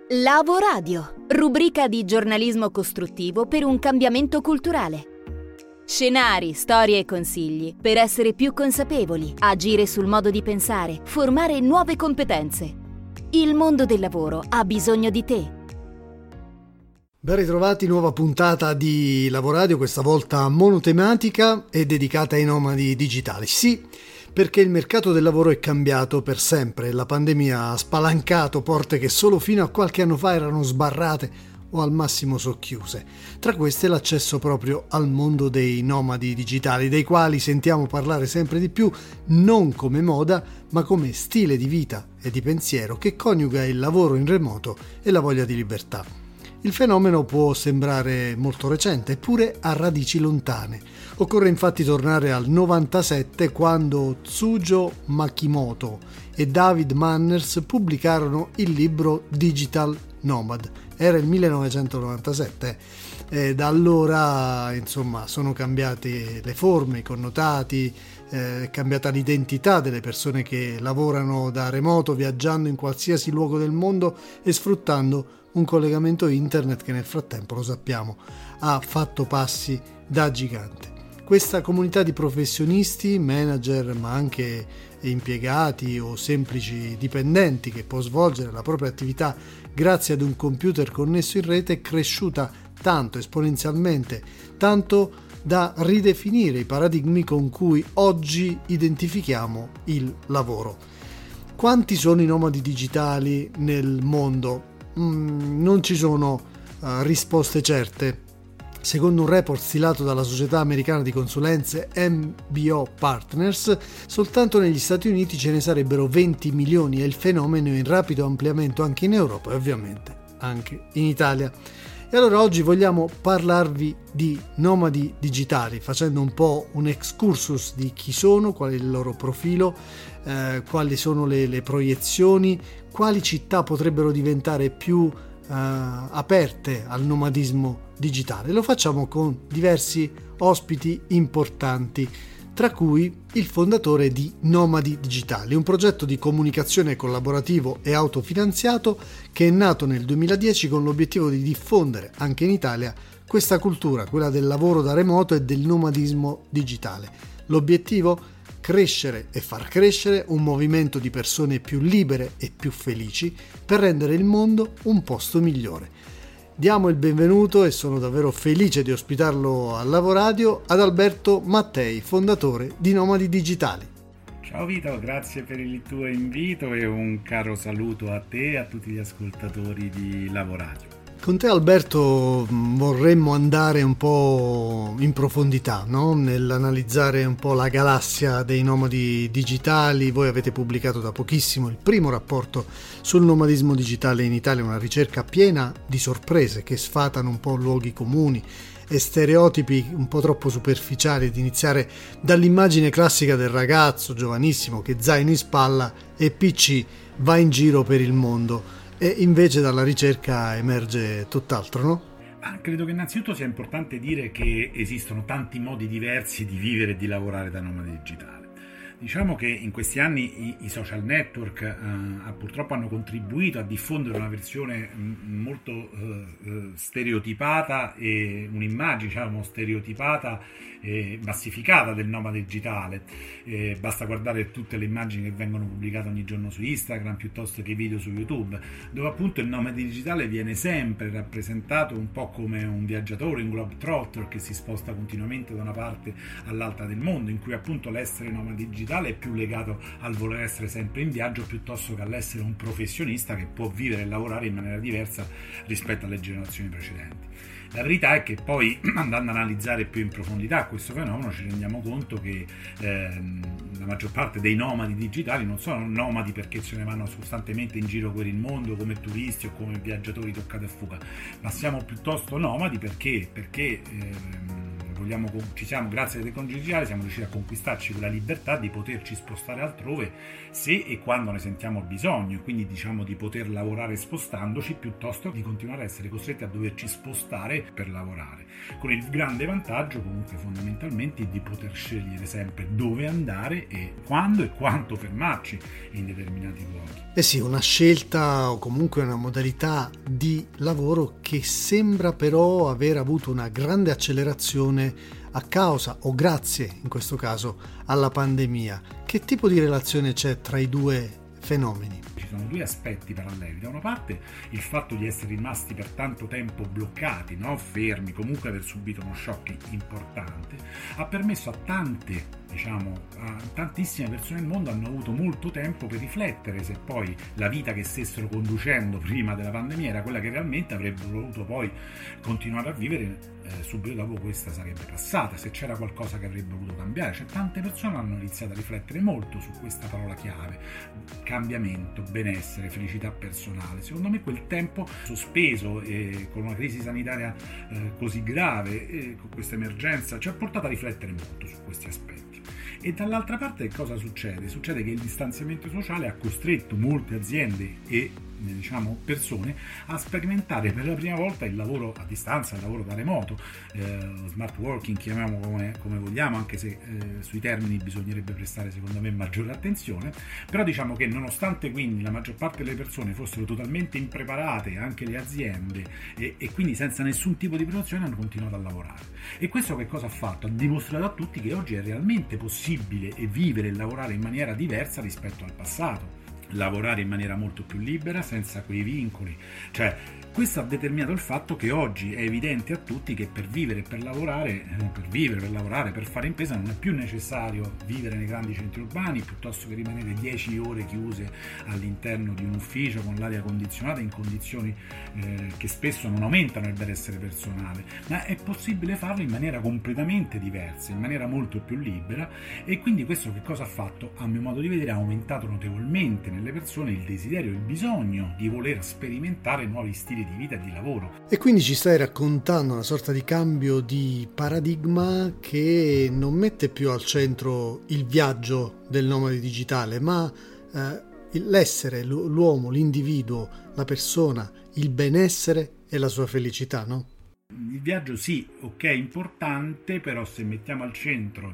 Lavoradio, rubrica di giornalismo costruttivo per un cambiamento culturale. Scenari, storie e consigli per essere più consapevoli, agire sul modo di pensare, formare nuove competenze. Il mondo del lavoro ha bisogno di te. Ben ritrovati, nuova puntata di Lavoradio, questa volta monotematica e dedicata ai nomadi digitali. Sì, perché il mercato del lavoro è cambiato per sempre. La pandemia ha spalancato porte che solo fino a qualche anno fa erano sbarrate o al massimo socchiuse. Tra queste l'accesso proprio al mondo dei nomadi digitali, dei quali sentiamo parlare sempre di più non come moda, ma come stile di vita e di pensiero che coniuga il lavoro in remoto e la voglia di libertà. Il fenomeno può sembrare molto recente, eppure ha radici lontane. Occorre infatti tornare al 97, quando Tsujo Makimoto e David Manners pubblicarono il libro Digital Nomad. Era il 1997 e da allora sono cambiate le forme, i connotati, è cambiata l'identità delle persone che lavorano da remoto, viaggiando in qualsiasi luogo del mondo e sfruttando un collegamento internet che nel frattempo, lo sappiamo, ha fatto passi da gigante. Questa comunità di professionisti, manager, ma anche impiegati o semplici dipendenti che può svolgere la propria attività grazie ad un computer connesso in rete è cresciuta tanto, esponenzialmente, tanto da ridefinire i paradigmi con cui oggi identifichiamo il lavoro. Quanti sono i nomadi digitali nel mondo? Non ci sono risposte certe. Secondo un report stilato dalla società americana di consulenze MBO Partners, soltanto negli Stati Uniti ce ne sarebbero 20 milioni e il fenomeno è in rapido ampliamento anche in Europa e ovviamente anche in Italia. E allora oggi vogliamo parlarvi di nomadi digitali, facendo un po' un excursus di chi sono, qual è il loro profilo, quali sono le proiezioni, quali città potrebbero diventare più aperte al nomadismo digitale. Lo facciamo con diversi ospiti importanti, tra cui il fondatore di Nomadi Digitali, un progetto di comunicazione collaborativo e autofinanziato che è nato nel 2010 con l'obiettivo di diffondere anche in Italia questa cultura, quella del lavoro da remoto e del nomadismo digitale. L'obiettivo? Crescere e far crescere un movimento di persone più libere e più felici per rendere il mondo un posto migliore. Diamo il benvenuto, e sono davvero felice di ospitarlo al Lavoradio, ad Alberto Mattei, fondatore di Nomadi Digitali. Ciao Vito, grazie per il tuo invito e un caro saluto a te e a tutti gli ascoltatori di Lavoradio. Con te Alberto vorremmo andare un po' in profondità, no? Nell'analizzare un po' la galassia dei nomadi digitali. Voi avete pubblicato da pochissimo il primo rapporto sul nomadismo digitale in Italia, una ricerca piena di sorprese che sfatano un po' luoghi comuni e stereotipi un po' troppo superficiali, ad iniziare dall'immagine classica del ragazzo giovanissimo che zaino in spalla e PC va in giro per il mondo. E invece dalla ricerca emerge tutt'altro, no? Credo che innanzitutto sia importante dire che esistono tanti modi diversi di vivere e di lavorare da nomade digitale. Diciamo che in questi anni i social network purtroppo hanno contribuito a diffondere una versione molto stereotipata e un'immagine stereotipata e massificata del nomade digitale. Basta guardare tutte le immagini che vengono pubblicate ogni giorno su Instagram piuttosto che video su YouTube, dove appunto il nomade digitale viene sempre rappresentato un po' come un viaggiatore, un globetrotter che si sposta continuamente da una parte all'altra del mondo, in cui appunto l'essere nomade digitale è più legato al voler essere sempre in viaggio piuttosto che all'essere un professionista che può vivere e lavorare in maniera diversa rispetto alle generazioni precedenti. La verità è che poi, andando ad analizzare più in profondità questo fenomeno, ci rendiamo conto che la maggior parte dei nomadi digitali non sono nomadi perché se ne vanno costantemente in giro per il mondo come turisti o come viaggiatori toccati a fuga, ma siamo piuttosto nomadi perché grazie alle tecnologie digitali siamo riusciti a conquistarci quella libertà di poterci spostare altrove se e quando ne sentiamo bisogno, e quindi diciamo di poter lavorare spostandoci piuttosto di continuare a essere costretti a doverci spostare per lavorare, con il grande vantaggio comunque fondamentalmente di poter scegliere sempre dove andare e quando e quanto fermarci in determinati luoghi. Eh sì, una scelta o comunque una modalità di lavoro che sembra però aver avuto una grande accelerazione a causa o grazie in questo caso alla pandemia. Che tipo di relazione c'è tra i due fenomeni? Ci sono due aspetti paralleli. Da una parte il fatto di essere rimasti per tanto tempo bloccati, no? Fermi, comunque aver subito uno shock importante, ha permesso a tantissime persone nel mondo hanno avuto molto tempo per riflettere se poi la vita che stessero conducendo prima della pandemia era quella che realmente avrebbero voluto poi continuare a vivere subito dopo questa sarebbe passata, se c'era qualcosa che avrebbero voluto cambiare. Cioè, tante persone hanno iniziato a riflettere molto su questa parola chiave: cambiamento, benessere, felicità personale. Secondo me quel tempo sospeso con una crisi sanitaria così grave, con questa emergenza, ci ha portato a riflettere molto su questi aspetti. E dall'altra parte che cosa succede? Succede che il distanziamento sociale ha costretto molte aziende e persone a sperimentare per la prima volta il lavoro a distanza, il lavoro da remoto, smart working, chiamiamolo come vogliamo, anche se sui termini bisognerebbe prestare secondo me maggiore attenzione. Però diciamo che nonostante quindi la maggior parte delle persone fossero totalmente impreparate, anche le aziende, e quindi senza nessun tipo di preparazione, hanno continuato a lavorare. E questo che cosa ha fatto? Ha dimostrato a tutti che oggi è realmente possibile vivere e lavorare in maniera diversa rispetto al passato. Lavorare in maniera molto più libera, senza quei vincoli. Cioè, questo ha determinato il fatto che oggi è evidente a tutti che per vivere e per lavorare, per fare impresa, non è più necessario vivere nei grandi centri urbani piuttosto che rimanere 10 ore chiuse all'interno di un ufficio con l'aria condizionata in condizioni che spesso non aumentano il benessere personale, ma è possibile farlo in maniera completamente diversa, in maniera molto più libera. E quindi questo che cosa ha fatto? A mio modo di vedere ha aumentato notevolmente nelle persone il desiderio, il bisogno di voler sperimentare nuovi stili di vita e di lavoro. E quindi ci stai raccontando una sorta di cambio di paradigma che non mette più al centro il viaggio del nomade digitale, ma l'essere, l'uomo, l'individuo, la persona, il benessere e la sua felicità, no? Il viaggio sì, ok, importante, però se mettiamo al centro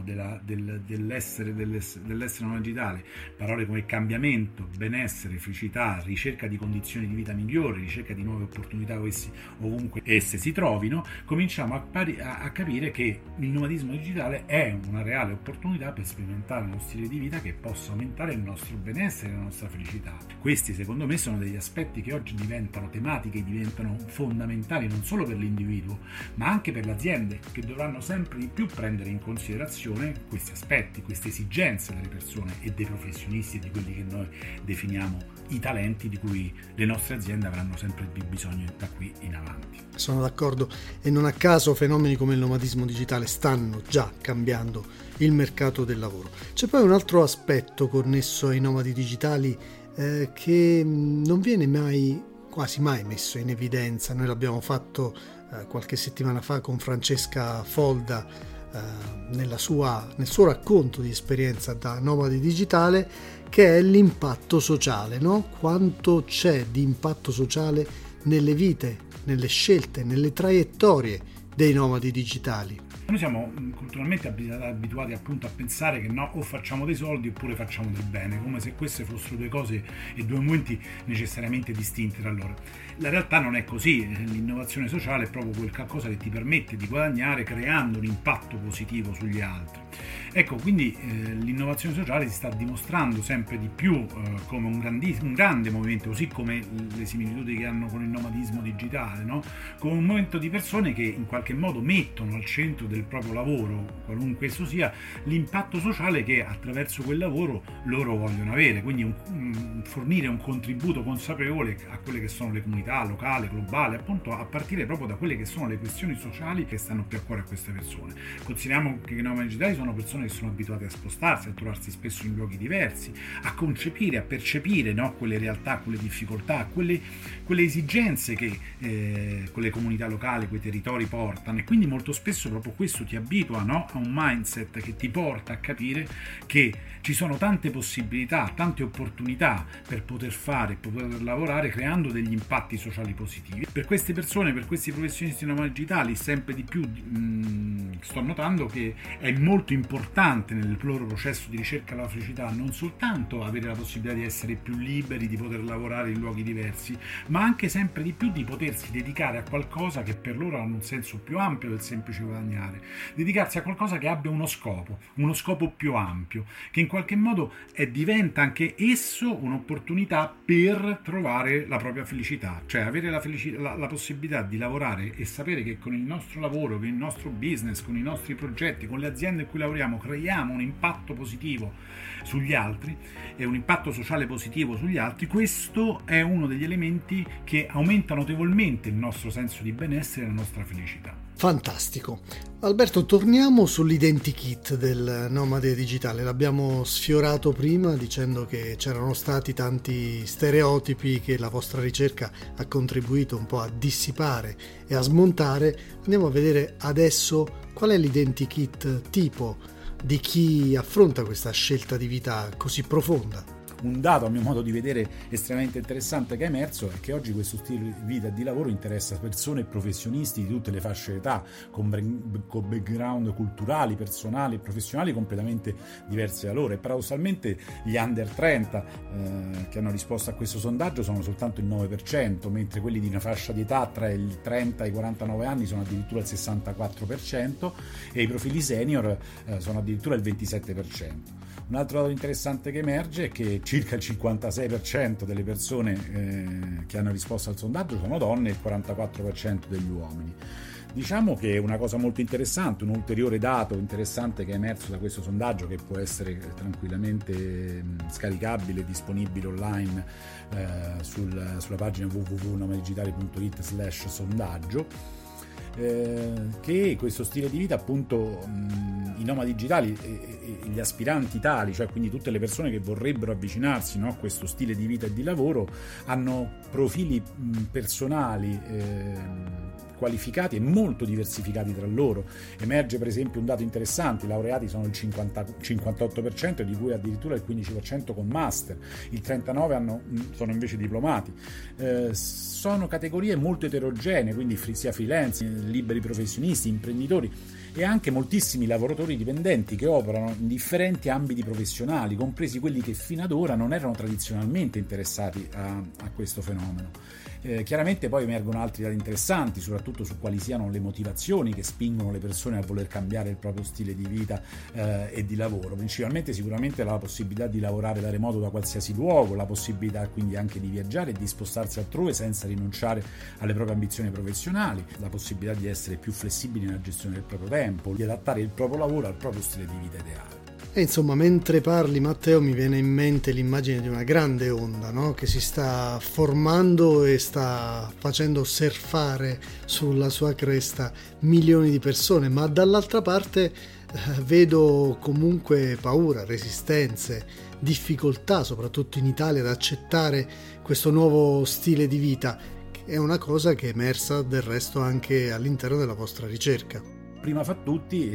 dell'essere non digitale parole come cambiamento, benessere, felicità, ricerca di condizioni di vita migliori, ricerca di nuove opportunità ovunque esse si trovino, cominciamo a capire che il nomadismo digitale è una reale opportunità per sperimentare uno stile di vita che possa aumentare il nostro benessere e la nostra felicità. Questi secondo me sono degli aspetti che oggi diventano tematiche, diventano fondamentali non solo per l'individuo, ma anche per le aziende, che dovranno sempre di più prendere in considerazione questi aspetti, queste esigenze delle persone e dei professionisti e di quelli che noi definiamo i talenti di cui le nostre aziende avranno sempre più bisogno da qui in avanti. Sono d'accordo, e non a caso fenomeni come il nomadismo digitale stanno già cambiando il mercato del lavoro. C'è poi un altro aspetto connesso ai nomadi digitali che non viene quasi mai messo in evidenza. Noi l'abbiamo fatto qualche settimana fa con Francesca Folda nel suo racconto di esperienza da nomade digitale, che è l'impatto sociale, no? Quanto c'è di impatto sociale nelle vite, nelle scelte, nelle traiettorie dei nomadi digitali. Noi siamo culturalmente abituati appunto a pensare che no, o facciamo dei soldi oppure facciamo del bene, come se queste fossero due cose e due momenti necessariamente distinti tra loro. La realtà non è così. L'innovazione sociale è proprio quel qualcosa che ti permette di guadagnare creando un impatto positivo sugli altri. Ecco, quindi l'innovazione sociale si sta dimostrando sempre di più come un grande movimento, così come le similitudini che hanno con il nomadismo digitale, no? Come un movimento di persone che in qualche modo mettono al centro del proprio lavoro, qualunque esso sia, l'impatto sociale che attraverso quel lavoro loro vogliono avere, quindi fornire un contributo consapevole a quelle che sono le comunità locali, globali, appunto a partire proprio da quelle che sono le questioni sociali che stanno più a cuore a queste persone. Consideriamo che i nomadi digitali sono persone che sono abituate a spostarsi, a trovarsi spesso in luoghi diversi, a concepire, a percepire, no, quelle realtà, quelle difficoltà, quelle esigenze che quelle comunità locali, quei territori portano, e quindi molto spesso proprio questo ti abitua, no? A un mindset che ti porta a capire che ci sono tante possibilità, tante opportunità per poter fare, per poter lavorare, creando degli impatti sociali positivi. Per queste persone, per questi professionisti nomadi digitali, sempre di più sto notando che è molto importante nel loro processo di ricerca della felicità non soltanto avere la possibilità di essere più liberi, di poter lavorare in luoghi diversi, ma anche sempre di più di potersi dedicare a qualcosa che per loro ha un senso più ampio del semplice guadagnare, dedicarsi a qualcosa che abbia uno scopo più ampio, che in qualche modo diventa anche esso un'opportunità per trovare la propria felicità, cioè avere la possibilità di lavorare e sapere che con il nostro lavoro, con il nostro business, con i nostri progetti, con le aziende in cui lavoriamo, creiamo un impatto positivo sugli altri e un impatto sociale positivo sugli altri. Questo è uno degli elementi che aumenta notevolmente il nostro senso di benessere e la nostra felicità. Fantastico. Alberto, torniamo sull'identikit del nomade digitale. L'abbiamo sfiorato prima dicendo che c'erano stati tanti stereotipi che la vostra ricerca ha contribuito un po' a dissipare e a smontare. Andiamo a vedere adesso qual è l'identikit tipo di chi affronta questa scelta di vita così profonda. Un dato, a mio modo di vedere, estremamente interessante che è emerso è che oggi questo stile di vita e di lavoro interessa persone e professionisti di tutte le fasce d'età, con background culturali, personali e professionali completamente diversi da loro, e paradossalmente gli under 30 che hanno risposto a questo sondaggio sono soltanto il 9%, mentre quelli di una fascia di età tra i 30 e i 49 anni sono addirittura il 64% e i profili senior sono addirittura il 27%. Un altro dato interessante che emerge è che circa il 56% delle persone che hanno risposto al sondaggio sono donne e il 44% degli uomini. Diciamo che una cosa molto interessante, un ulteriore dato interessante che è emerso da questo sondaggio, che può essere tranquillamente scaricabile e disponibile online sulla pagina www.nomadigitali.it/sondaggio, che questo stile di vita, appunto, i nomadi digitali e gli aspiranti tali, cioè quindi tutte le persone che vorrebbero avvicinarsi, no, a questo stile di vita e di lavoro, hanno profili personali qualificati e molto diversificati tra loro. Emerge per esempio un dato interessante: i laureati sono il 58%, di cui addirittura il 15% con master, il 39% sono invece diplomati. Sono categorie molto eterogenee, quindi sia freelance, liberi professionisti, imprenditori e anche moltissimi lavoratori dipendenti che operano in differenti ambiti professionali, compresi quelli che fino ad ora non erano tradizionalmente interessati a questo fenomeno. Chiaramente poi emergono altri dati interessanti, soprattutto su quali siano le motivazioni che spingono le persone a voler cambiare il proprio stile di vita e di lavoro. Principalmente sicuramente la possibilità di lavorare da remoto da qualsiasi luogo, la possibilità quindi anche di viaggiare e di spostarsi altrove senza rinunciare alle proprie ambizioni professionali, la possibilità di essere più flessibili nella gestione del proprio tempo, di adattare il proprio lavoro al proprio stile di vita ideale. E insomma, mentre parli, Matteo, mi viene in mente l'immagine di una grande onda, no? Che si sta formando e sta facendo surfare sulla sua cresta milioni di persone, ma dall'altra parte vedo comunque paura, resistenze, difficoltà, soprattutto in Italia, ad accettare questo nuovo stile di vita, che è una cosa che è emersa del resto anche all'interno della vostra ricerca. Prima fra tutti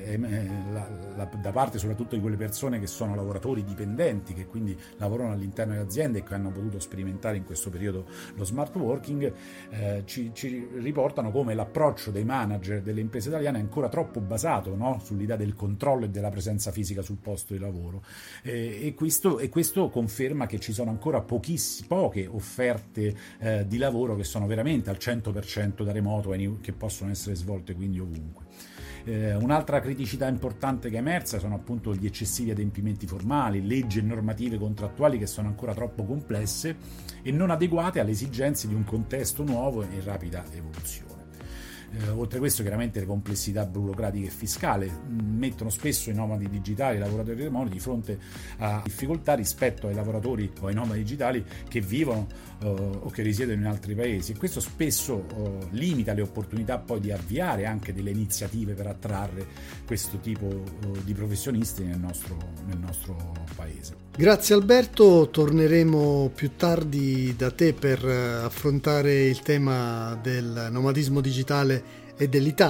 da parte soprattutto di quelle persone che sono lavoratori dipendenti, che quindi lavorano all'interno delle aziende e che hanno potuto sperimentare in questo periodo lo smart working, ci riportano come l'approccio dei manager delle imprese italiane è ancora troppo basato, no, sull'idea del controllo e della presenza fisica sul posto di lavoro, e questo conferma che ci sono ancora poche offerte di lavoro che sono veramente al 100% da remoto e che possono essere svolte quindi ovunque. Un'altra criticità importante che è emersa sono appunto gli eccessivi adempimenti formali, leggi e normative contrattuali che sono ancora troppo complesse e non adeguate alle esigenze di un contesto nuovo e in rapida evoluzione. Oltre a questo, chiaramente le complessità burocratiche e fiscali mettono spesso i nomadi digitali, i lavoratori remoti, di fronte a difficoltà rispetto ai lavoratori o ai nomadi digitali che vivono o che risiedono in altri paesi, e questo spesso limita le opportunità poi di avviare anche delle iniziative per attrarre questo tipo di professionisti nel nostro paese. Grazie Alberto, torneremo più tardi da te per affrontare il tema del nomadismo digitale e dell'Italia,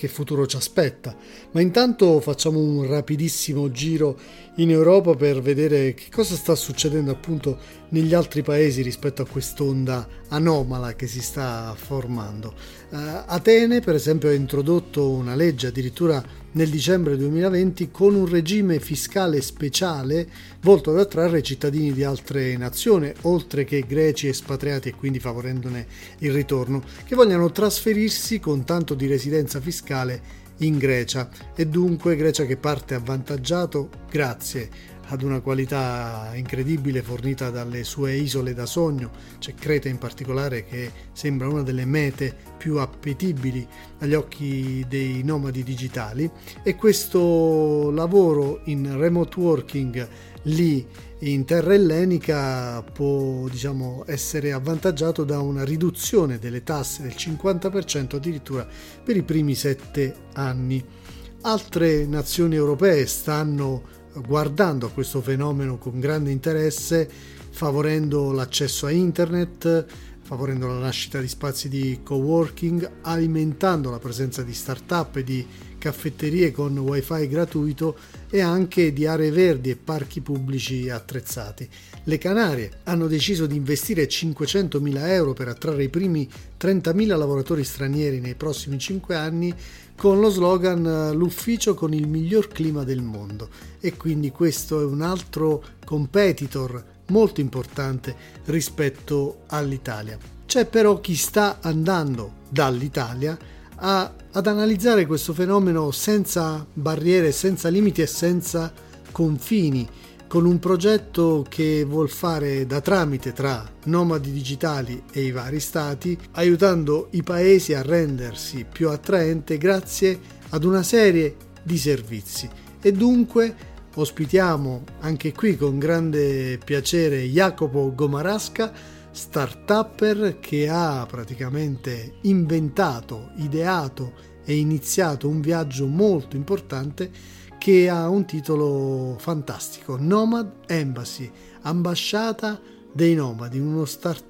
che futuro ci aspetta. Ma intanto facciamo un rapidissimo giro in Europa per vedere che cosa sta succedendo appunto negli altri paesi rispetto a quest'onda anomala che si sta formando. Atene, per esempio, ha introdotto una legge addirittura nel dicembre 2020 con un regime fiscale speciale volto ad attrarre cittadini di altre nazioni, oltre che greci espatriati, e quindi favorendone il ritorno, che vogliano trasferirsi con tanto di residenza fiscale in Grecia, e dunque Grecia che parte avvantaggiato grazie ad una qualità incredibile fornita dalle sue isole da sogno. C'è Creta in particolare che sembra una delle mete più appetibili agli occhi dei nomadi digitali, e questo lavoro in remote working lì in terra ellenica può, essere avvantaggiato da una riduzione delle tasse del 50% addirittura per i primi 7 anni. Altre nazioni europee stanno guardando a questo fenomeno con grande interesse, favorendo l'accesso a internet, favorendo la nascita di spazi di coworking, alimentando la presenza di start-up e di caffetterie con wifi gratuito e anche di aree verdi e parchi pubblici attrezzati. Le Canarie hanno deciso di investire 500.000 euro per attrarre i primi 30.000 lavoratori stranieri nei prossimi 5 anni con lo slogan "l'ufficio con il miglior clima del mondo", e quindi questo è un altro competitor molto importante rispetto all'Italia. C'è però chi sta andando dall'Italia ad analizzare questo fenomeno senza barriere, senza limiti e senza confini, con un progetto che vuol fare da tramite tra nomadi digitali e i vari stati, aiutando i paesi a rendersi più attraente grazie ad una serie di servizi. E dunque ospitiamo anche qui con grande piacere Jacopo Gomarasca, start-upper che ha praticamente inventato, ideato e iniziato un viaggio molto importante che ha un titolo fantastico: Nomad Embassy, ambasciata dei nomadi, una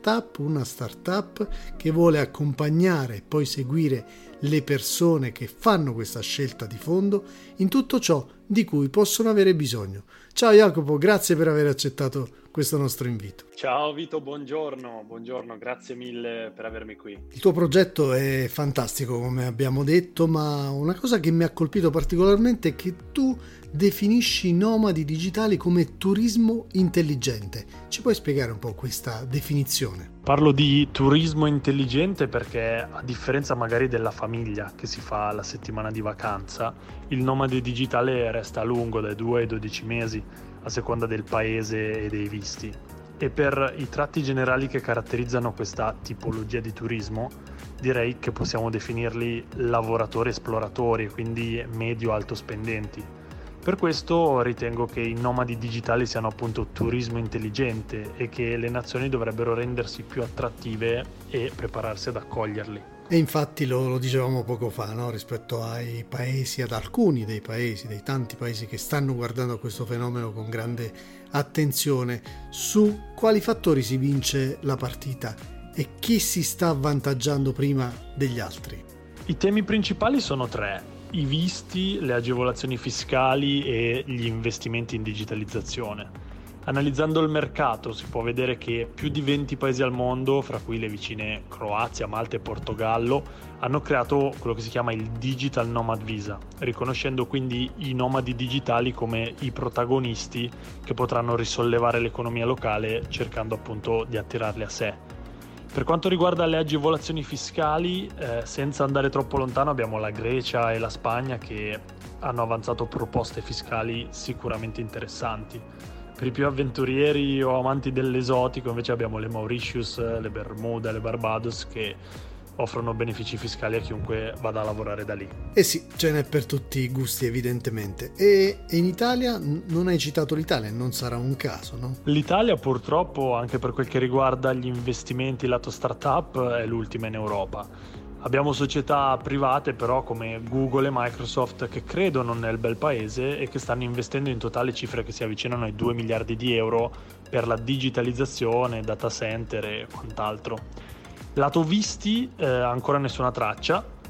startup che vuole accompagnare e poi seguire le persone che fanno questa scelta di fondo in tutto ciò di cui possono avere bisogno. Ciao Jacopo, grazie per aver accettato questo nostro invito. Ciao Vito, buongiorno, grazie mille per avermi qui. Il tuo progetto è fantastico, come abbiamo detto, ma una cosa che mi ha colpito particolarmente è che tu definisci i nomadi digitali come turismo intelligente. Ci puoi spiegare un po' questa definizione? Parlo di turismo intelligente perché, a differenza magari della famiglia che si fa la settimana di vacanza, il nomade digitale resta a lungo, dai 2 ai 12 mesi, a seconda del paese e dei visti. E per i tratti generali che caratterizzano questa tipologia di turismo, direi che possiamo definirli lavoratori esploratori, quindi medio-alto spendenti. Per questo ritengo che i nomadi digitali siano appunto turismo intelligente e che le nazioni dovrebbero rendersi più attrattive e prepararsi ad accoglierli. E infatti lo dicevamo poco fa, no? Rispetto ai paesi, ad alcuni dei tanti paesi che stanno guardando a questo fenomeno con grande attenzione, su quali fattori si vince la partita e chi si sta avvantaggiando prima degli altri. I temi principali sono 3: i visti, le agevolazioni fiscali e gli investimenti in digitalizzazione. Analizzando il mercato si può vedere che più di 20 paesi al mondo, fra cui le vicine Croazia, Malta e Portogallo, hanno creato quello che si chiama il Digital Nomad Visa, riconoscendo quindi i nomadi digitali come i protagonisti che potranno risollevare l'economia locale cercando appunto di attirarli a sé. Per quanto riguarda le agevolazioni fiscali, senza andare troppo lontano, abbiamo la Grecia e la Spagna che hanno avanzato proposte fiscali sicuramente interessanti. Per i più avventurieri o amanti dell'esotico invece abbiamo le Mauritius, le Bermuda, le Barbados che offrono benefici fiscali a chiunque vada a lavorare da lì. Eh sì, ce n'è per tutti i gusti evidentemente. E in Italia non hai citato l'Italia, non sarà un caso, no? L'Italia purtroppo, anche per quel che riguarda gli investimenti lato startup, è l'ultima in Europa. Abbiamo società private però come Google e Microsoft che credono nel bel paese e che stanno investendo in totale cifre che si avvicinano ai 2 miliardi di euro per la digitalizzazione, data center e quant'altro. Lato visti ancora nessuna traccia,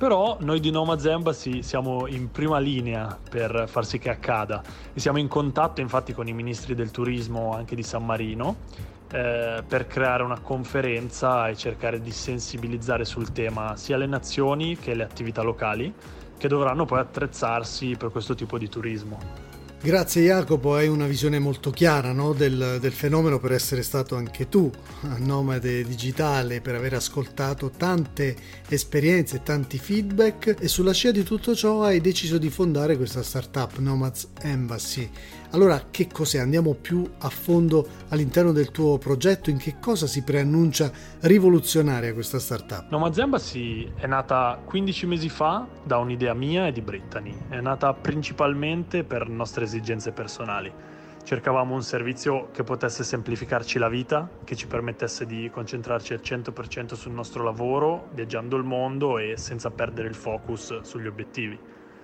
Però noi di Nomads Embassy siamo in prima linea per far sì che accada e siamo in contatto infatti con i ministri del turismo anche di San Marino per creare una conferenza e cercare di sensibilizzare sul tema sia le nazioni che le attività locali, che dovranno poi attrezzarsi per questo tipo di turismo. Grazie Jacopo, hai una visione molto chiara, no, del fenomeno, per essere stato anche tu nomade digitale, per aver ascoltato tante esperienze, tanti feedback, e sulla scia di tutto ciò hai deciso di fondare questa startup Nomads Embassy. Allora, che cos'è? Andiamo più a fondo all'interno del tuo progetto, in che cosa si preannuncia rivoluzionaria questa startup? Nomads Embassy è nata 15 mesi fa da un'idea mia e di Brittany. È nata principalmente per nostre esigenze personali. Cercavamo un servizio che potesse semplificarci la vita, che ci permettesse di concentrarci al 100% sul nostro lavoro, viaggiando il mondo e senza perdere il focus sugli obiettivi.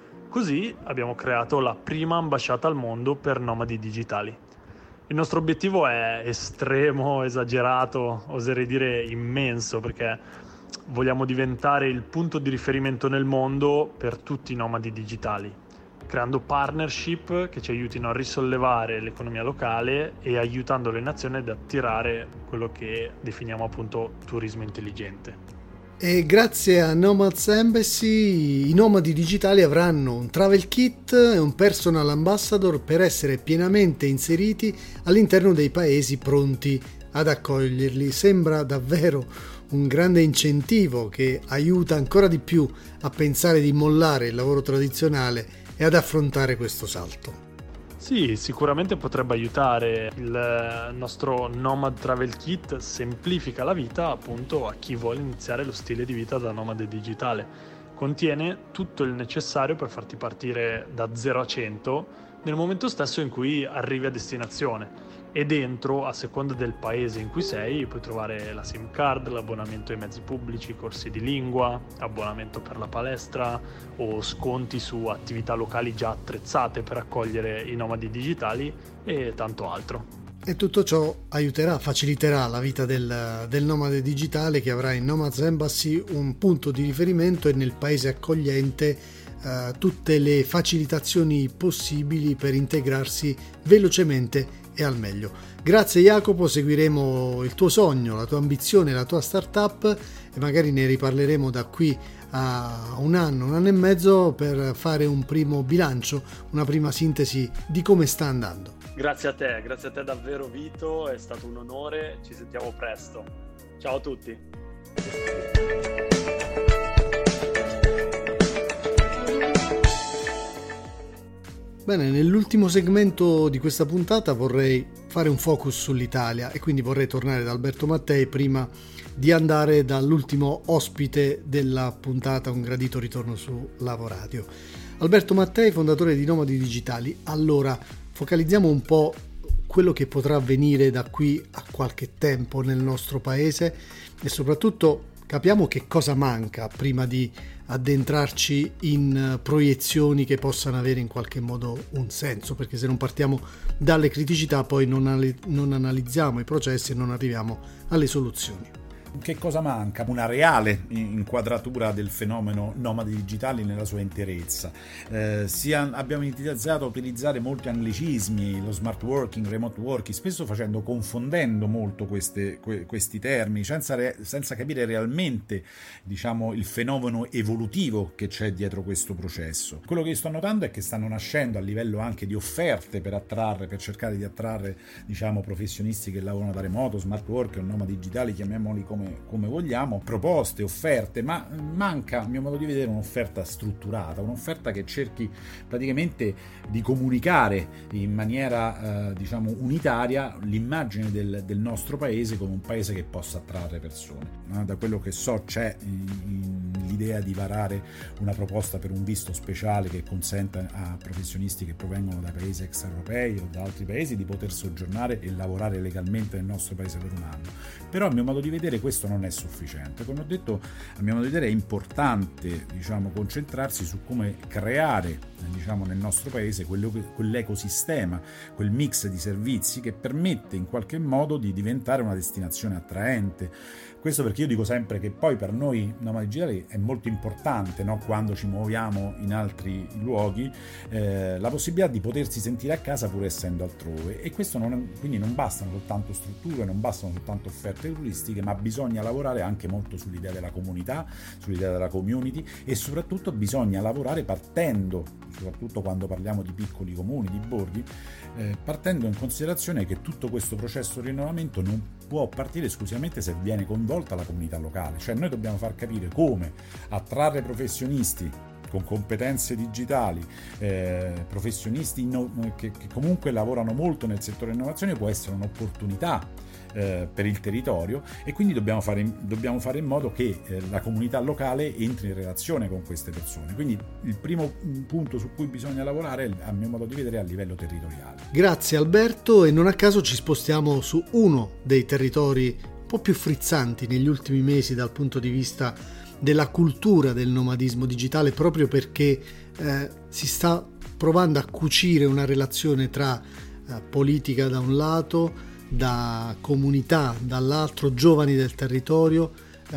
Così abbiamo creato la prima ambasciata al mondo per nomadi digitali. Il nostro obiettivo è estremo, esagerato, oserei dire immenso, perché vogliamo diventare il punto di riferimento nel mondo per tutti i nomadi digitali, creando partnership che ci aiutino a risollevare l'economia locale e aiutando le nazioni ad attirare quello che definiamo appunto turismo intelligente. E grazie a Nomads Embassy i nomadi digitali avranno un travel kit e un personal ambassador per essere pienamente inseriti all'interno dei paesi pronti ad accoglierli. Sembra davvero un grande incentivo che aiuta ancora di più a pensare di mollare il lavoro tradizionale e ad affrontare questo salto. Sì, sicuramente potrebbe aiutare. Il nostro Nomad Travel Kit semplifica la vita appunto a chi vuole iniziare lo stile di vita da nomade digitale. Contiene tutto il necessario per farti partire da 0 a 100 nel momento stesso in cui arrivi a destinazione. E dentro, a seconda del paese in cui sei, puoi trovare la SIM card, l'abbonamento ai mezzi pubblici, corsi di lingua, abbonamento per la palestra o sconti su attività locali già attrezzate per accogliere i nomadi digitali e tanto altro. E tutto ciò faciliterà la vita del nomade digitale, che avrà in Nomads Embassy un punto di riferimento e nel paese accogliente tutte le facilitazioni possibili per integrarsi velocemente e al meglio. Grazie Jacopo, seguiremo il tuo sogno, la tua ambizione, la tua startup e magari ne riparleremo da qui a un anno e mezzo per fare un primo bilancio, una prima sintesi di come sta andando. Grazie a te davvero Vito, è stato un onore, ci sentiamo presto. Ciao a tutti. Bene, nell'ultimo segmento di questa puntata vorrei fare un focus sull'Italia e quindi vorrei tornare da Alberto Mattei prima di andare dall'ultimo ospite della puntata, un gradito ritorno su Lavoradio. Alberto Mattei, fondatore di Nomadi Digitali. Allora, focalizziamo un po' quello che potrà avvenire da qui a qualche tempo nel nostro paese e soprattutto capiamo che cosa manca prima di addentrarci in proiezioni che possano avere in qualche modo un senso, perché se non partiamo dalle criticità poi non analizziamo i processi e non arriviamo alle soluzioni. Che cosa manca? Una reale inquadratura del fenomeno nomadi digitali nella sua interezza. Abbiamo iniziato a utilizzare molti anglicismi, lo smart working, remote working, spesso confondendo molto questi termini, senza capire realmente, diciamo, il fenomeno evolutivo che c'è dietro questo processo. Quello che sto notando è che stanno nascendo a livello anche di offerte per cercare di attrarre, diciamo, professionisti che lavorano da remoto, smart work o nomadi digitali, chiamiamoli come vogliamo, proposte, offerte, ma manca, a mio modo di vedere, un'offerta strutturata, un'offerta che cerchi praticamente di comunicare in maniera diciamo unitaria l'immagine del nostro paese come un paese che possa attrarre persone. Da quello che so c'è l'idea di varare una proposta per un visto speciale che consenta a professionisti che provengono da paesi extraeuropei o da altri paesi di poter soggiornare e lavorare legalmente nel nostro paese per un anno. Però a mio modo di vedere questo non è sufficiente. Come ho detto, a mio modo di vedere è importante, diciamo, concentrarsi su come creare, diciamo, nel nostro paese quell'ecosistema, quel mix di servizi che permette in qualche modo di diventare una destinazione attraente. Questo perché io dico sempre che poi per noi nomadi digitali è molto importante, no? Quando ci muoviamo in altri luoghi, la possibilità di potersi sentire a casa pur essendo altrove, e questo quindi non bastano soltanto strutture, non bastano soltanto offerte turistiche, ma bisogna lavorare anche molto sull'idea della comunità, sull'idea della community, e soprattutto bisogna lavorare partendo, soprattutto quando parliamo di piccoli comuni, di borghi, partendo in considerazione che tutto questo processo di rinnovamento non può partire esclusivamente se viene coinvolta la comunità locale. Cioè noi dobbiamo far capire come attrarre professionisti con competenze digitali, professionisti che comunque lavorano molto nel settore innovazione, può essere un'opportunità per il territorio, e quindi dobbiamo fare in modo che la comunità locale entri in relazione con queste persone. Quindi il primo punto su cui bisogna lavorare, a mio modo di vedere, è a livello territoriale. Grazie Alberto, e non a caso ci spostiamo su uno dei territori un po' più frizzanti negli ultimi mesi dal punto di vista della cultura del nomadismo digitale, proprio perché si sta provando a cucire una relazione tra politica da un lato, da comunità dall'altro, giovani del territorio,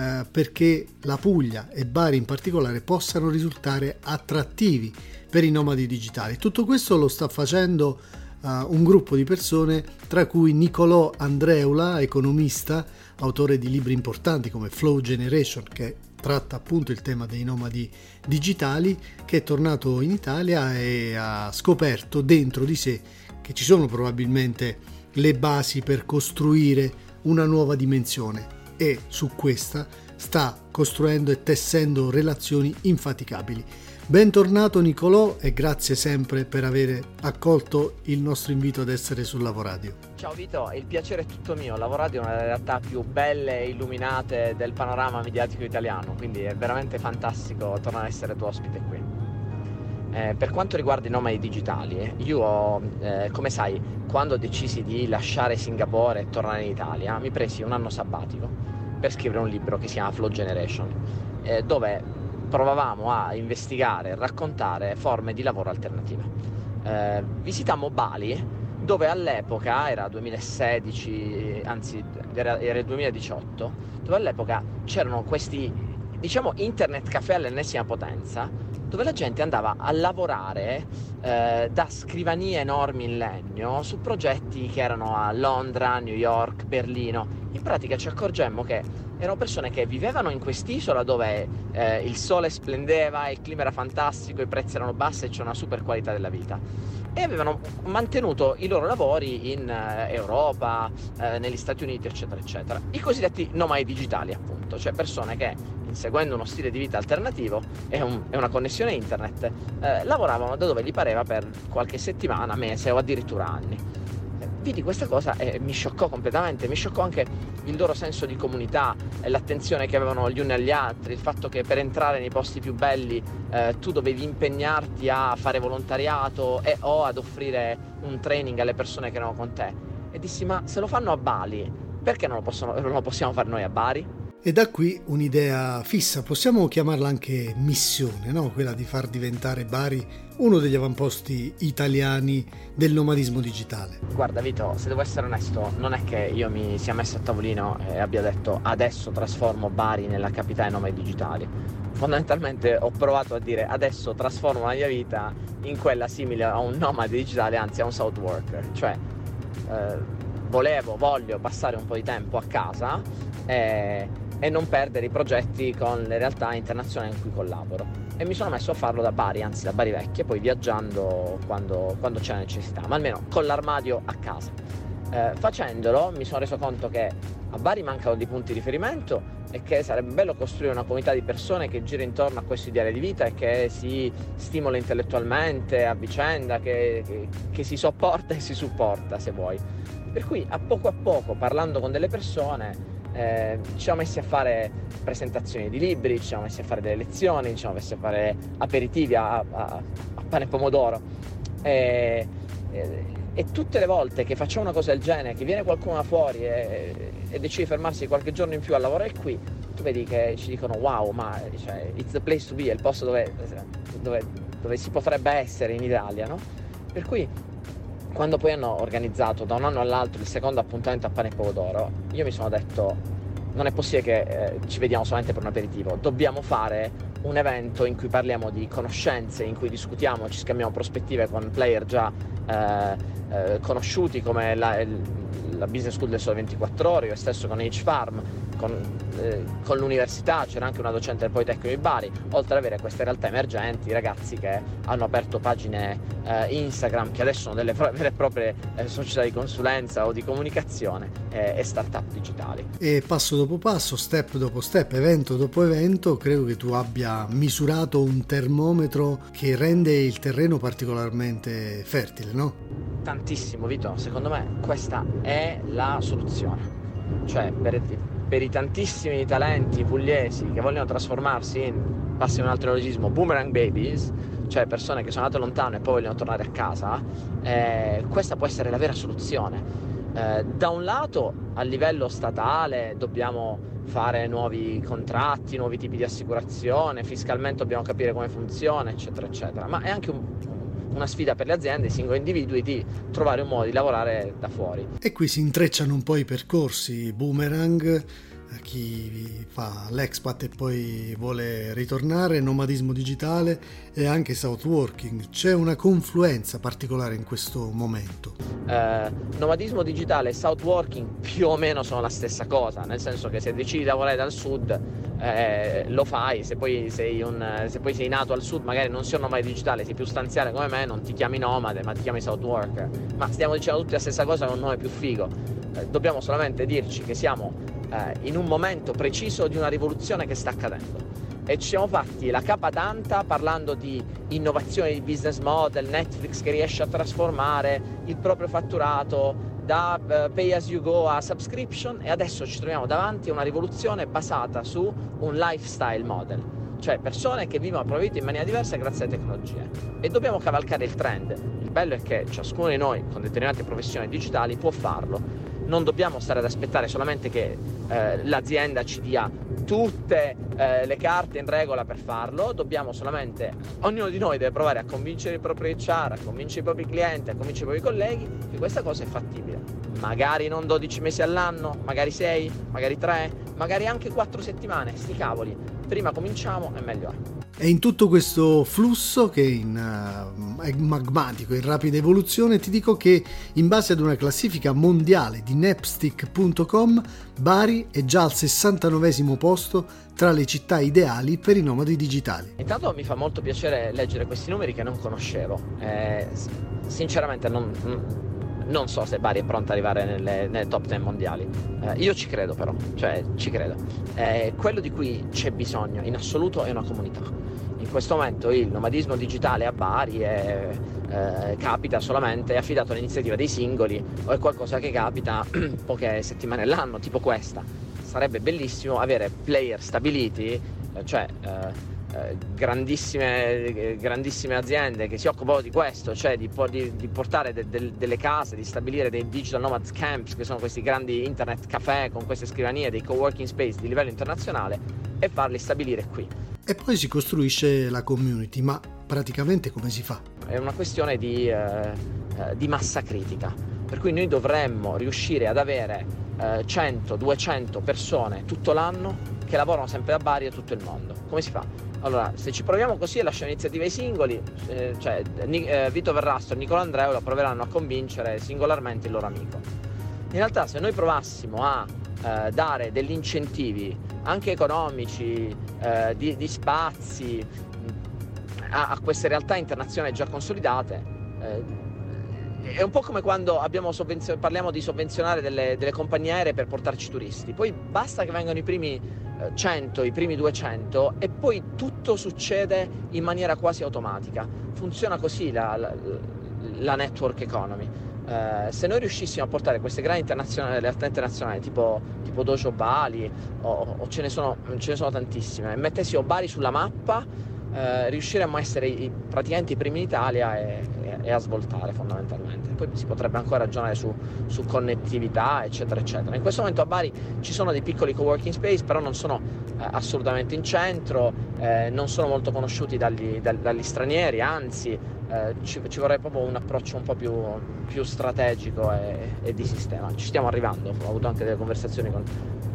perché la Puglia e Bari in particolare possano risultare attrattivi per i nomadi digitali. Tutto questo lo sta facendo un gruppo di persone, tra cui Nicolò Andreula, economista, autore di libri importanti come Flow Generation, che tratta appunto il tema dei nomadi digitali, che è tornato in Italia e ha scoperto dentro di sé che ci sono probabilmente le basi per costruire una nuova dimensione, e su questa sta costruendo e tessendo relazioni infaticabili. Bentornato Nicolò, e grazie sempre per aver accolto il nostro invito ad essere su Lavoradio. Ciao Vito, il piacere è tutto mio. Lavoradio è una delle realtà più belle e illuminate del panorama mediatico italiano, quindi è veramente fantastico tornare a essere tuo ospite qui. Per quanto riguarda i nomadi digitali, io come sai, quando decisi di lasciare Singapore e tornare in Italia, mi presi un anno sabbatico per scrivere un libro che si chiama Flow Generation, dove provavamo a investigare e raccontare forme di lavoro alternative. Visitammo Bali, dove all'epoca era 2016, anzi era il 2018, dove all'epoca c'erano questi, diciamo, internet caffè all'ennesima potenza, dove la gente andava a lavorare da scrivanie enormi in legno su progetti che erano a Londra, New York, Berlino. In pratica ci accorgemmo che erano persone che vivevano in quest'isola dove il sole splendeva, il clima era fantastico, i prezzi erano bassi e c'era una super qualità della vita, e avevano mantenuto i loro lavori in Europa, negli Stati Uniti, eccetera eccetera. I cosiddetti nomadi digitali, appunto, cioè persone che, inseguendo uno stile di vita alternativo e una connessione internet, lavoravano da dove gli pareva per qualche settimana, mese o addirittura anni. Vidi questa cosa e mi scioccò completamente, mi scioccò anche il loro senso di comunità, l'attenzione che avevano gli uni agli altri, il fatto che per entrare nei posti più belli tu dovevi impegnarti a fare volontariato o ad offrire un training alle persone che erano con te. E dissi, ma se lo fanno a Bali, perché non lo possiamo fare noi a Bari? E da qui un'idea fissa, possiamo chiamarla anche missione, no? Quella di far diventare Bari uno degli avamposti italiani del nomadismo digitale. Guarda Vito, se devo essere onesto, non è che io mi sia messo a tavolino e abbia detto adesso trasformo Bari nella capitale nomadi digitali. Fondamentalmente ho provato a dire adesso trasformo la mia vita in quella simile a un nomade digitale, anzi a un south worker, cioè voglio passare un po' di tempo a casa e non perdere i progetti con le realtà internazionali in cui collaboro, e mi sono messo a farlo da Bari, anzi da Bari Vecchia, poi viaggiando quando c'è necessità, ma almeno con l'armadio a casa. Facendolo mi sono reso conto che a Bari mancano dei punti di riferimento e che sarebbe bello costruire una comunità di persone che gira intorno a questo ideale di vita e che si stimola intellettualmente a vicenda, che si sopporta e si supporta, se vuoi. Per cui a poco, parlando con delle persone, ci siamo messi a fare presentazioni di libri, ci siamo messi a fare delle lezioni, ci siamo messi a fare aperitivi a pane e pomodoro, e tutte le volte che facciamo una cosa del genere, che viene qualcuno da fuori e decide di fermarsi qualche giorno in più a lavorare qui, tu vedi che ci dicono wow, ma cioè, it's the place to be, è il posto dove si potrebbe essere in Italia, no? Per cui quando poi hanno organizzato da un anno all'altro il secondo appuntamento a pane e pomodoro, io mi sono detto non è possibile che ci vediamo solamente per un aperitivo, dobbiamo fare un evento in cui parliamo di conoscenze, in cui discutiamo, ci scambiamo prospettive con player già conosciuti come la Business School del Sole 24 Ore, io stesso con H-Farm, con l'università, c'era anche una docente del Politecnico di Bari, oltre ad avere queste realtà emergenti, ragazzi che hanno aperto pagine Instagram, che adesso sono delle vere e proprie società di consulenza o di comunicazione e start-up digitali. E passo dopo passo, step dopo step, evento dopo evento, credo che tu abbia misurato un termometro che rende il terreno particolarmente fertile, no? Tantissimo, Vito, secondo me questa è la soluzione, cioè per i tantissimi talenti pugliesi che vogliono trasformarsi in, passi un altro neologismo, boomerang babies, cioè persone che sono andate lontano e poi vogliono tornare a casa, questa può essere la vera soluzione. Da un lato a livello statale dobbiamo fare nuovi contratti, nuovi tipi di assicurazione, fiscalmente dobbiamo capire come funziona, eccetera eccetera, ma è anche una sfida per le aziende, i singoli individui, di trovare un modo di lavorare da fuori. E qui si intrecciano un po' i percorsi boomerang, chi fa l'expat e poi vuole ritornare, nomadismo digitale e anche Southworking. C'è una confluenza particolare in questo momento. Nomadismo digitale e Southworking più o meno sono la stessa cosa, nel senso che se decidi di lavorare dal sud lo fai, se poi sei nato al sud, magari non sei un nomade digitale, sei più stanziale come me, non ti chiami nomade ma ti chiami Southworker, ma stiamo dicendo tutti la stessa cosa con un nome più figo. Dobbiamo solamente dirci che siamo in un momento preciso di una rivoluzione che sta accadendo e ci siamo fatti la capa tanta parlando di innovazione di business model, Netflix che riesce a trasformare il proprio fatturato da pay as you go a subscription, e adesso ci troviamo davanti a una rivoluzione basata su un lifestyle model, cioè persone che vivono probabilmente in maniera diversa grazie alle tecnologie, e dobbiamo cavalcare il trend. Il bello è che ciascuno di noi con determinate professioni digitali può farlo. Non dobbiamo stare ad aspettare solamente che l'azienda ci dia tutte le carte in regola per farlo, dobbiamo solamente, ognuno di noi deve provare a convincere il proprio HR, a convincere i propri clienti, a convincere i propri colleghi che questa cosa è fattibile. Magari non 12 mesi all'anno, magari 6, magari 3, magari anche 4 settimane, sti cavoli. Prima cominciamo e meglio è. E in tutto questo flusso che è magmatico, in rapida evoluzione, ti dico che in base ad una classifica mondiale di Napstick.com, Bari è già al 69° posto tra le città ideali per i nomadi digitali. Intanto mi fa molto piacere leggere questi numeri che non conoscevo. Sinceramente non so se Bari è pronta ad arrivare nelle top 10 mondiali. Io ci credo però, cioè ci credo. Quello di cui c'è bisogno in assoluto è una comunità. In questo momento il nomadismo digitale a Bari capita solamente, è affidato all'iniziativa dei singoli, o è qualcosa che capita poche settimane all'anno, tipo questa. Sarebbe bellissimo avere player stabiliti, cioè grandissime aziende che si occupano di questo, cioè di portare delle case, di stabilire dei digital nomads camps, che sono questi grandi internet caffè con queste scrivanie, dei coworking space di livello internazionale, e farli stabilire qui. E poi si costruisce la community, ma praticamente come si fa? È una questione di massa critica, per cui noi dovremmo riuscire ad avere 100-200 persone tutto l'anno che lavorano sempre a Bari e tutto il mondo. Come si fa? Allora, se ci proviamo così e lasciamo iniziative ai singoli, Vito Verrastro e Nicola Andreola proveranno a convincere singolarmente il loro amico. In realtà, se noi provassimo a dare degli incentivi anche economici, di spazi a queste realtà internazionali già consolidate, è un po' come quando parliamo di sovvenzionare delle compagnie aeree per portarci turisti. Poi basta che vengano i primi 100, i primi 200 e poi tutto succede in maniera quasi automatica. Funziona così la network economy. Se noi riuscissimo a portare queste grandi realtà internazionali tipo Dojo Bali o ce ne sono tantissime, e mettessimo Bari sulla mappa, riusciremmo a essere praticamente i primi in Italia e a svoltare fondamentalmente. Poi si potrebbe ancora ragionare su connettività eccetera eccetera. In questo momento a Bari ci sono dei piccoli coworking space, però non sono assolutamente in centro, non sono molto conosciuti dagli stranieri, anzi ci vorrebbe proprio un approccio un po' più strategico e di sistema. Ci stiamo arrivando, ho avuto anche delle conversazioni con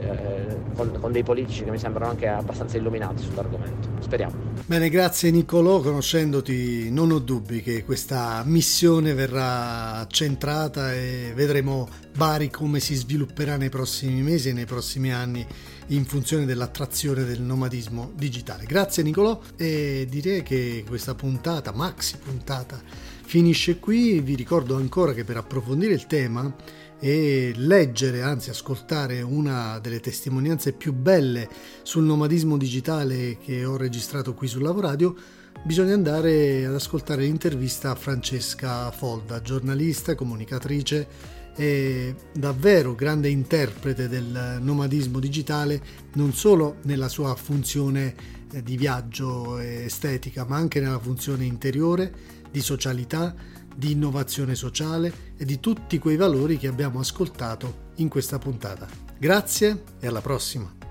con dei politici che mi sembrano anche abbastanza illuminati sull'argomento. Speriamo. Bene, grazie Niccolò, conoscendoti non ho dubbi che questa missione verrà centrata e vedremo Bari come si svilupperà nei prossimi mesi e nei prossimi anni in funzione dell'attrazione del nomadismo digitale. Grazie Niccolò, e direi che questa puntata, maxi puntata, finisce qui. Vi ricordo ancora che per approfondire il tema e leggere, anzi ascoltare una delle testimonianze più belle sul nomadismo digitale che ho registrato qui su Lavoradio, bisogna andare ad ascoltare l'intervista a Francesca Folda, giornalista, comunicatrice e davvero grande interprete del nomadismo digitale, non solo nella sua funzione di viaggio e estetica, ma anche nella funzione interiore, di socialità, di innovazione sociale e di tutti quei valori che abbiamo ascoltato in questa puntata. Grazie e alla prossima!